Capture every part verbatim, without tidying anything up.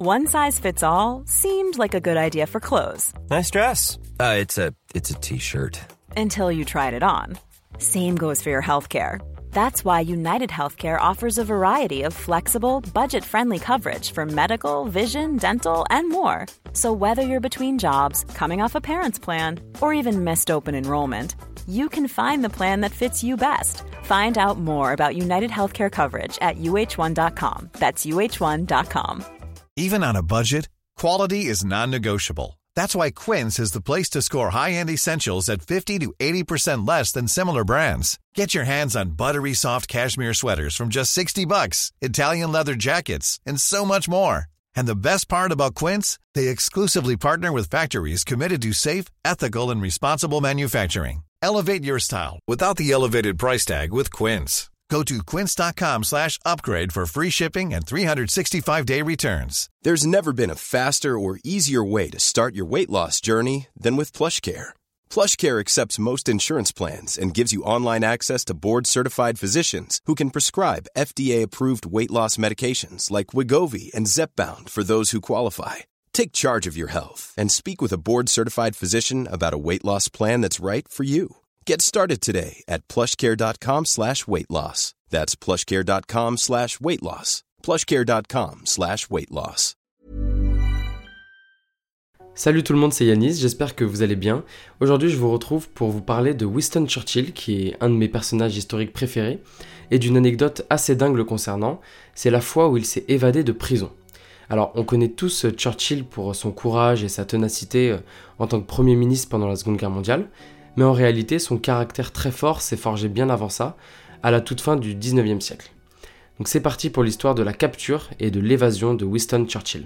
One size fits all seemed like a good idea for clothes. Nice dress. Uh, it's a it's a t-shirt. Until you tried it on. Same goes for your healthcare. That's why United Healthcare offers a variety of flexible, budget-friendly coverage for medical, vision, dental, and more. So whether you're between jobs, coming off a parent's plan, or even missed open enrollment, you can find the plan that fits you best. Find out more about United Healthcare coverage at U H one dot com. That's U H one dot com. Even on a budget, quality is non-negotiable. That's why Quince is the place to score high-end essentials at fifty to eighty percent less than similar brands. Get your hands on buttery soft cashmere sweaters from just sixty bucks, Italian leather jackets, and so much more. And the best part about Quince, they exclusively partner with factories committed to safe, ethical, and responsible manufacturing. Elevate your style without the elevated price tag with Quince. Go to quince.com slash upgrade for free shipping and three sixty-five day returns. There's never been a faster or easier way to start your weight loss journey than with PlushCare. PlushCare accepts most insurance plans and gives you online access to board-certified physicians who can prescribe F D A-approved weight loss medications like Wegovy and Zepbound for those who qualify. Take charge of your health and speak with a board-certified physician about a weight loss plan that's right for you. Get started today at plushcare.com slash weight loss. That's plushcare.com slash weight loss. plushcare.com slash weight loss. Salut tout le monde, c'est Yanis, j'espère que vous allez bien. Aujourd'hui, je vous retrouve pour vous parler de Winston Churchill, qui est un de mes personnages historiques préférés, et d'une anecdote assez dingue le concernant, c'est la fois où il s'est évadé de prison. Alors, on connaît tous Churchill pour son courage et sa ténacité en tant que Premier ministre pendant la Seconde Guerre mondiale, mais en réalité, son caractère très fort s'est forgé bien avant ça, à la toute fin du dix-neuvième siècle. Donc c'est parti pour l'histoire de la capture et de l'évasion de Winston Churchill.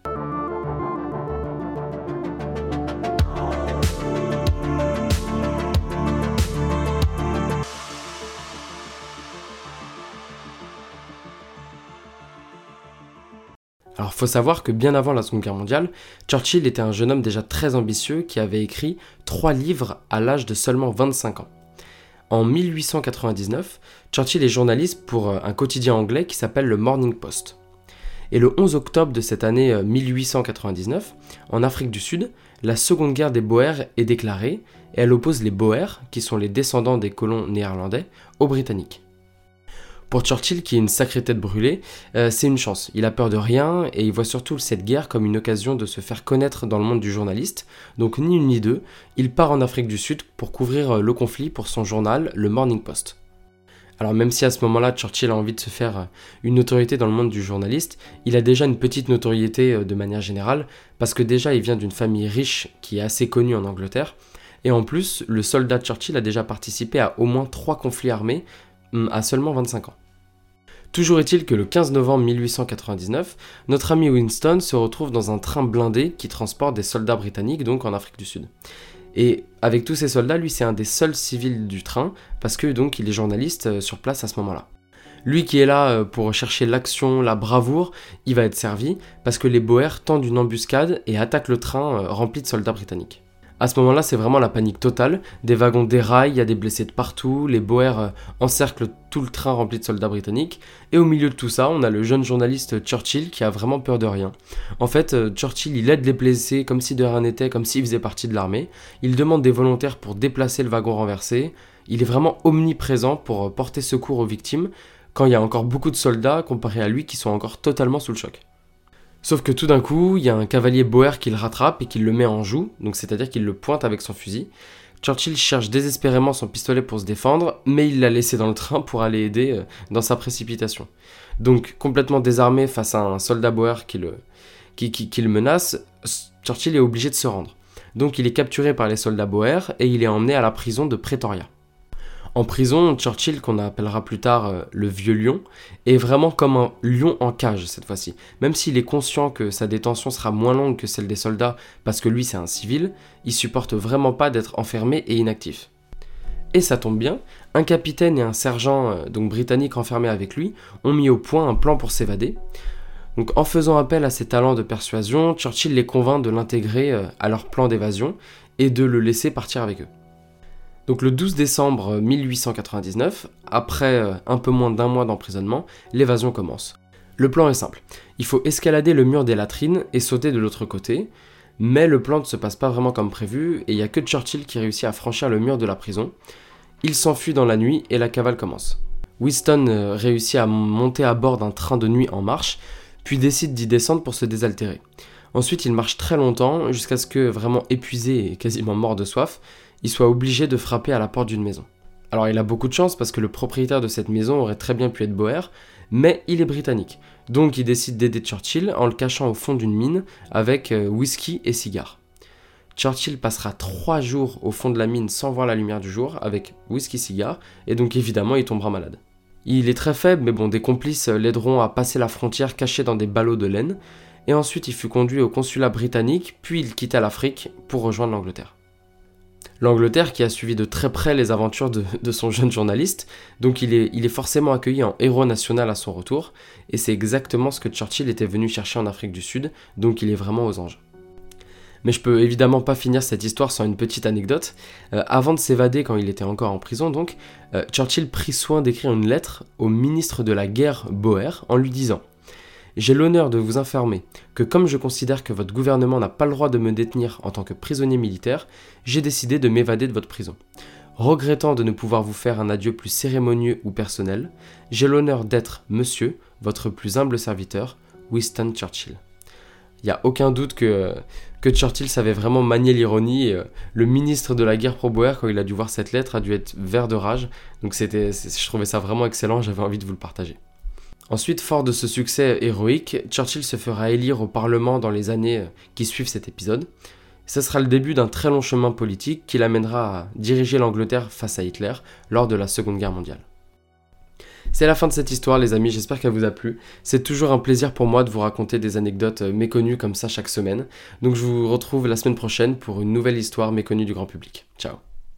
Alors, faut savoir que bien avant la Seconde Guerre mondiale, Churchill était un jeune homme déjà très ambitieux qui avait écrit trois livres à l'âge de seulement vingt-cinq ans. En mille huit cent quatre-vingt-dix-neuf, Churchill est journaliste pour un quotidien anglais qui s'appelle le Morning Post. Et le onze octobre de cette année mille huit cent quatre-vingt-dix-neuf, en Afrique du Sud, la Seconde Guerre des Boers est déclarée et elle oppose les Boers, qui sont les descendants des colons néerlandais, aux Britanniques. Pour Churchill, qui est une sacrée tête brûlée, euh, c'est une chance. Il a peur de rien et il voit surtout cette guerre comme une occasion de se faire connaître dans le monde du journaliste. Donc ni une ni deux, il part en Afrique du Sud pour couvrir le conflit pour son journal, le Morning Post. Alors même si à ce moment-là, Churchill a envie de se faire une notoriété dans le monde du journaliste, il a déjà une petite notoriété de manière générale, parce que déjà il vient d'une famille riche qui est assez connue en Angleterre, et en plus, le soldat Churchill a déjà participé à au moins trois conflits armés, à seulement vingt-cinq ans. Toujours est-il que le quinze novembre mille huit cent quatre-vingt-dix-neuf, notre ami Winston se retrouve dans un train blindé qui transporte des soldats britanniques, donc en Afrique du Sud. Et avec tous ces soldats, lui c'est un des seuls civils du train, parce que donc il est journaliste sur place à ce moment-là. Lui qui est là pour chercher l'action, la bravoure, il va être servi, parce que les Boers tendent une embuscade et attaquent le train rempli de soldats britanniques. À ce moment-là, c'est vraiment la panique totale, des wagons déraillent, il y a des blessés de partout, les Boers encerclent tout le train rempli de soldats britanniques, et au milieu de tout ça, on a le jeune journaliste Churchill qui a vraiment peur de rien. En fait, Churchill, il aide les blessés comme si de rien n'était, comme s'il faisait partie de l'armée, il demande des volontaires pour déplacer le wagon renversé, il est vraiment omniprésent pour porter secours aux victimes, quand il y a encore beaucoup de soldats comparé à lui qui sont encore totalement sous le choc. Sauf que tout d'un coup, il y a un cavalier Boer qui le rattrape et qui le met en joue, donc c'est-à-dire qu'il le pointe avec son fusil. Churchill cherche désespérément son pistolet pour se défendre, mais il l'a laissé dans le train pour aller aider dans sa précipitation. Donc, complètement désarmé face à un soldat Boer qui le, qui, qui, qui le menace, Churchill est obligé de se rendre. Donc il est capturé par les soldats Boer et il est emmené à la prison de Pretoria. En prison, Churchill, qu'on appellera plus tard euh, le vieux lion, est vraiment comme un lion en cage cette fois-ci. Même s'il est conscient que sa détention sera moins longue que celle des soldats parce que lui c'est un civil, il supporte vraiment pas d'être enfermé et inactif. Et ça tombe bien, un capitaine et un sergent euh, donc britanniques enfermés avec lui ont mis au point un plan pour s'évader. Donc en faisant appel à ses talents de persuasion, Churchill les convainc de l'intégrer euh, à leur plan d'évasion et de le laisser partir avec eux. Donc le douze décembre mille huit cent quatre-vingt-dix-neuf, après un peu moins d'un mois d'emprisonnement, l'évasion commence. Le plan est simple. Il faut escalader le mur des latrines et sauter de l'autre côté, mais le plan ne se passe pas vraiment comme prévu et il n'y a que Churchill qui réussit à franchir le mur de la prison. Il s'enfuit dans la nuit et la cavale commence. Winston réussit à monter à bord d'un train de nuit en marche, puis décide d'y descendre pour se désaltérer. Ensuite, il marche très longtemps jusqu'à ce que, vraiment épuisé et quasiment mort de soif, il soit obligé de frapper à la porte d'une maison. Alors il a beaucoup de chance parce que le propriétaire de cette maison aurait très bien pu être Boer, mais il est britannique. Donc il décide d'aider Churchill en le cachant au fond d'une mine avec euh, whisky et cigares. Churchill passera trois jours au fond de la mine sans voir la lumière du jour avec whisky et cigares, et donc évidemment il tombera malade. Il est très faible, mais bon, des complices l'aideront à passer la frontière caché dans des ballots de laine, et ensuite il fut conduit au consulat britannique, puis il quitta l'Afrique pour rejoindre l'Angleterre. L'Angleterre qui a suivi de très près les aventures de, de son jeune journaliste, donc il est, il est forcément accueilli en héros national à son retour, et c'est exactement ce que Churchill était venu chercher en Afrique du Sud, donc il est vraiment aux anges. Mais je peux évidemment pas finir cette histoire sans une petite anecdote. Euh, avant de s'évader quand il était encore en prison donc, euh, Churchill prit soin d'écrire une lettre au ministre de la guerre Boer en lui disant « J'ai l'honneur de vous informer que comme je considère que votre gouvernement n'a pas le droit de me détenir en tant que prisonnier militaire, j'ai décidé de m'évader de votre prison. Regrettant de ne pouvoir vous faire un adieu plus cérémonieux ou personnel, j'ai l'honneur d'être, monsieur, votre plus humble serviteur, Winston Churchill. » Il n'y a aucun doute que, que Churchill savait vraiment manier l'ironie. Et, euh, le ministre de la guerre pro-Boer, quand il a dû voir cette lettre, a dû être vert de rage. Donc c'était, je trouvais ça vraiment excellent, j'avais envie de vous le partager. Ensuite, fort de ce succès héroïque, Churchill se fera élire au Parlement dans les années qui suivent cet épisode. Ce sera le début d'un très long chemin politique qui l'amènera à diriger l'Angleterre face à Hitler lors de la Seconde Guerre mondiale. C'est la fin de cette histoire les amis, j'espère qu'elle vous a plu. C'est toujours un plaisir pour moi de vous raconter des anecdotes méconnues comme ça chaque semaine. Donc je vous retrouve la semaine prochaine pour une nouvelle histoire méconnue du grand public. Ciao.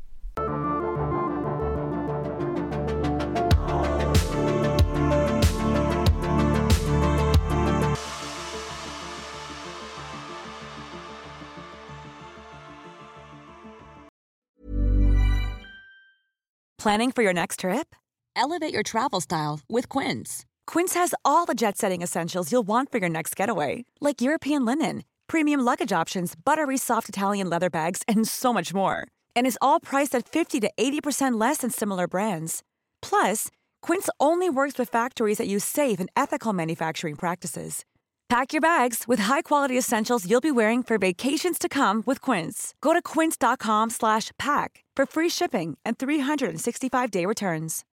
Planning for your next trip? Elevate your travel style with Quince. Quince has all the jet-setting essentials you'll want for your next getaway, like European linen, premium luggage options, buttery soft Italian leather bags, and so much more. And is all priced at fifty to eighty percent less than similar brands. Plus, Quince only works with factories that use safe and ethical manufacturing practices. Pack your bags with high-quality essentials you'll be wearing for vacations to come with Quince. Go to quince.com slash pack for free shipping and three sixty-five day returns.